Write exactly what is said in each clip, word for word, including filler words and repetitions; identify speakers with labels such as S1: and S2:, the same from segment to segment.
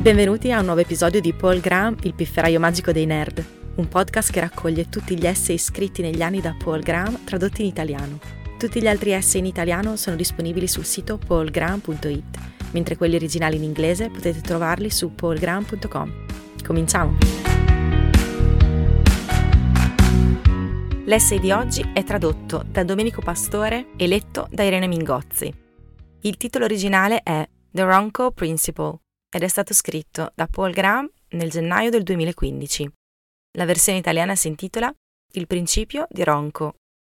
S1: Benvenuti a un nuovo episodio di Paul Graham, il pifferaio magico dei nerd, un podcast che raccoglie tutti gli essay scritti negli anni da Paul Graham tradotti in italiano. Tutti gli altri essay in italiano sono disponibili sul sito paul graham punto it, mentre quelli originali in inglese potete trovarli su paul graham punto com. Cominciamo! L'essay di oggi è tradotto da Domenico Pastore e letto da Irene Mingozzi. Il titolo originale è The Ronco Principle ed è stato scritto da Paul Graham nel gennaio del duemilaquindici. La versione italiana si intitola Il principio di Ronco.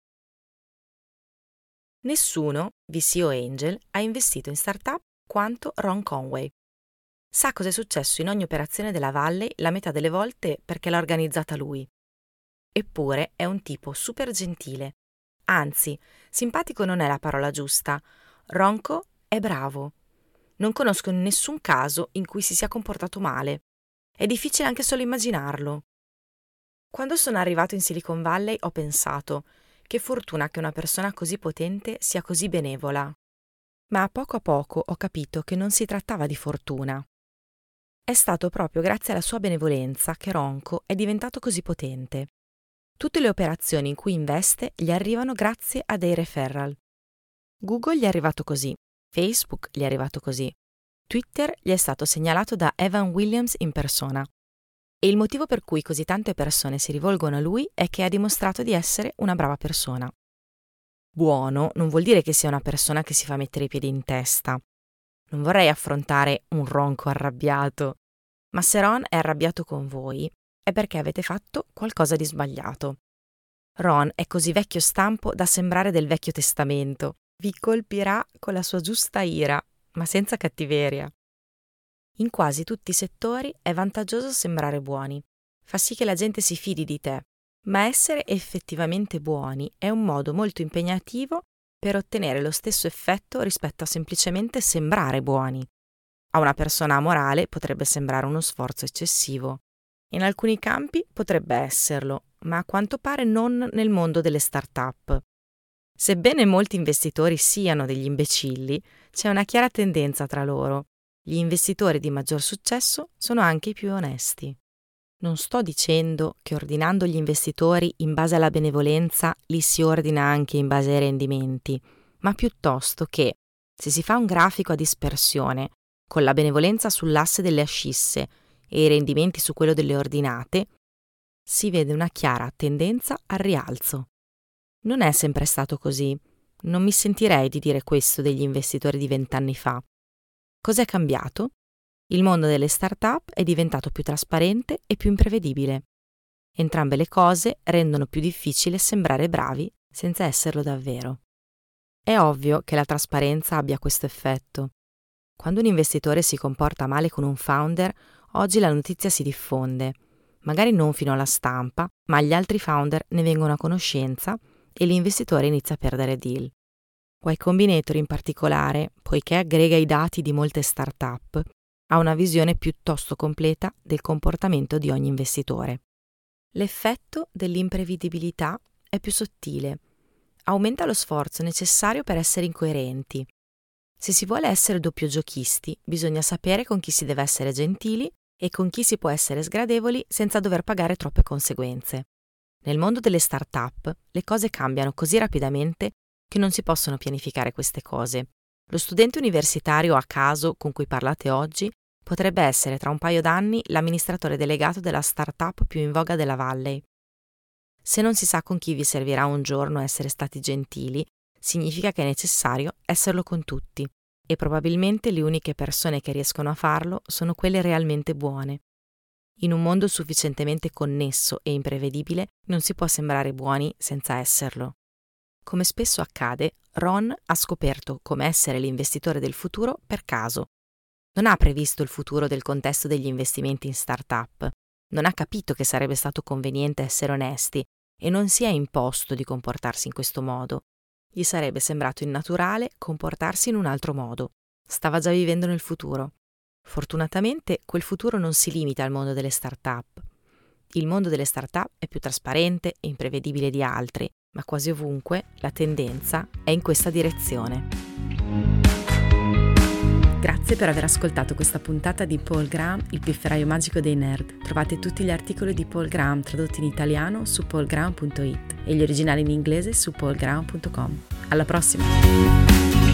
S1: Nessuno, V C o Angel, ha investito in startup quanto Ron Conway. Sa cosa è successo in ogni operazione della Valley la metà delle volte perché l'ha organizzata lui. Eppure è un tipo super gentile. Anzi, simpatico non è la parola giusta. Ronco è bravo. Non conosco nessun caso in cui si sia comportato male. È difficile anche solo immaginarlo. Quando sono arrivato in Silicon Valley ho pensato che fortuna che una persona così potente sia così benevola. Ma a poco a poco ho capito che non si trattava di fortuna. È stato proprio grazie alla sua benevolenza che Ronco è diventato così potente. Tutte le operazioni in cui investe gli arrivano grazie a dei referral. Google gli è arrivato così. Facebook gli è arrivato così. Twitter gli è stato segnalato da Evan Williams in persona. E il motivo per cui così tante persone si rivolgono a lui è che ha dimostrato di essere una brava persona. Buono non vuol dire che sia una persona che si fa mettere i piedi in testa. Non vorrei affrontare un Ronco arrabbiato. Ma se Ron è arrabbiato con voi, è perché avete fatto qualcosa di sbagliato. Ron è così vecchio stampo da sembrare del Vecchio Testamento. Vi colpirà con la sua giusta ira, ma senza cattiveria. In quasi tutti i settori è vantaggioso sembrare buoni. Fa sì che la gente si fidi di te, ma essere effettivamente buoni è un modo molto impegnativo per ottenere lo stesso effetto rispetto a semplicemente sembrare buoni. A una persona amorale potrebbe sembrare uno sforzo eccessivo. In alcuni campi potrebbe esserlo, ma a quanto pare non nel mondo delle start-up. Sebbene molti investitori siano degli imbecilli, c'è una chiara tendenza tra loro. Gli investitori di maggior successo sono anche i più onesti. Non sto dicendo che ordinando gli investitori in base alla benevolenza li si ordina anche in base ai rendimenti, ma piuttosto che, se si fa un grafico a dispersione, con la benevolenza sull'asse delle ascisse e i rendimenti su quello delle ordinate, si vede una chiara tendenza al rialzo. Non è sempre stato così. Non mi sentirei di dire questo degli investitori di vent'anni fa. Cos'è cambiato? Il mondo delle start-up è diventato più trasparente e più imprevedibile. Entrambe le cose rendono più difficile sembrare bravi senza esserlo davvero. È ovvio che la trasparenza abbia questo effetto. Quando un investitore si comporta male con un founder, oggi la notizia si diffonde. Magari non fino alla stampa, ma gli altri founder ne vengono a conoscenza e l'investitore inizia a perdere deal. Y Combinator in particolare, poiché aggrega i dati di molte start-up, ha una visione piuttosto completa del comportamento di ogni investitore. L'effetto dell'imprevedibilità è più sottile. Aumenta lo sforzo necessario per essere incoerenti. Se si vuole essere doppiogiochisti, bisogna sapere con chi si deve essere gentili e con chi si può essere sgradevoli senza dover pagare troppe conseguenze. Nel mondo delle start-up le cose cambiano così rapidamente che non si possono pianificare queste cose. Lo studente universitario a caso con cui parlate oggi potrebbe essere tra un paio d'anni l'amministratore delegato della start-up più in voga della Valley. Se non si sa con chi vi servirà un giorno essere stati gentili, significa che è necessario esserlo con tutti, e probabilmente le uniche persone che riescono a farlo sono quelle realmente buone. In un mondo sufficientemente connesso e imprevedibile non si può sembrare buoni senza esserlo. Come spesso accade, Ron ha scoperto come essere l'investitore del futuro per caso. Non ha previsto il futuro del contesto degli investimenti in start-up, non ha capito che sarebbe stato conveniente essere onesti e non si è imposto di comportarsi in questo modo. Gli sarebbe sembrato innaturale comportarsi in un altro modo. Stava già vivendo nel futuro. Fortunatamente quel futuro non si limita al mondo delle start-up. Il mondo delle start-up è più trasparente e imprevedibile di altri, ma quasi ovunque la tendenza è in questa direzione. Grazie per aver ascoltato questa puntata di Paul Graham, il pifferaio magico dei nerd. Trovate tutti gli articoli di Paul Graham tradotti in italiano su paul graham punto it e gli originali in inglese su paul graham punto com. Alla prossima!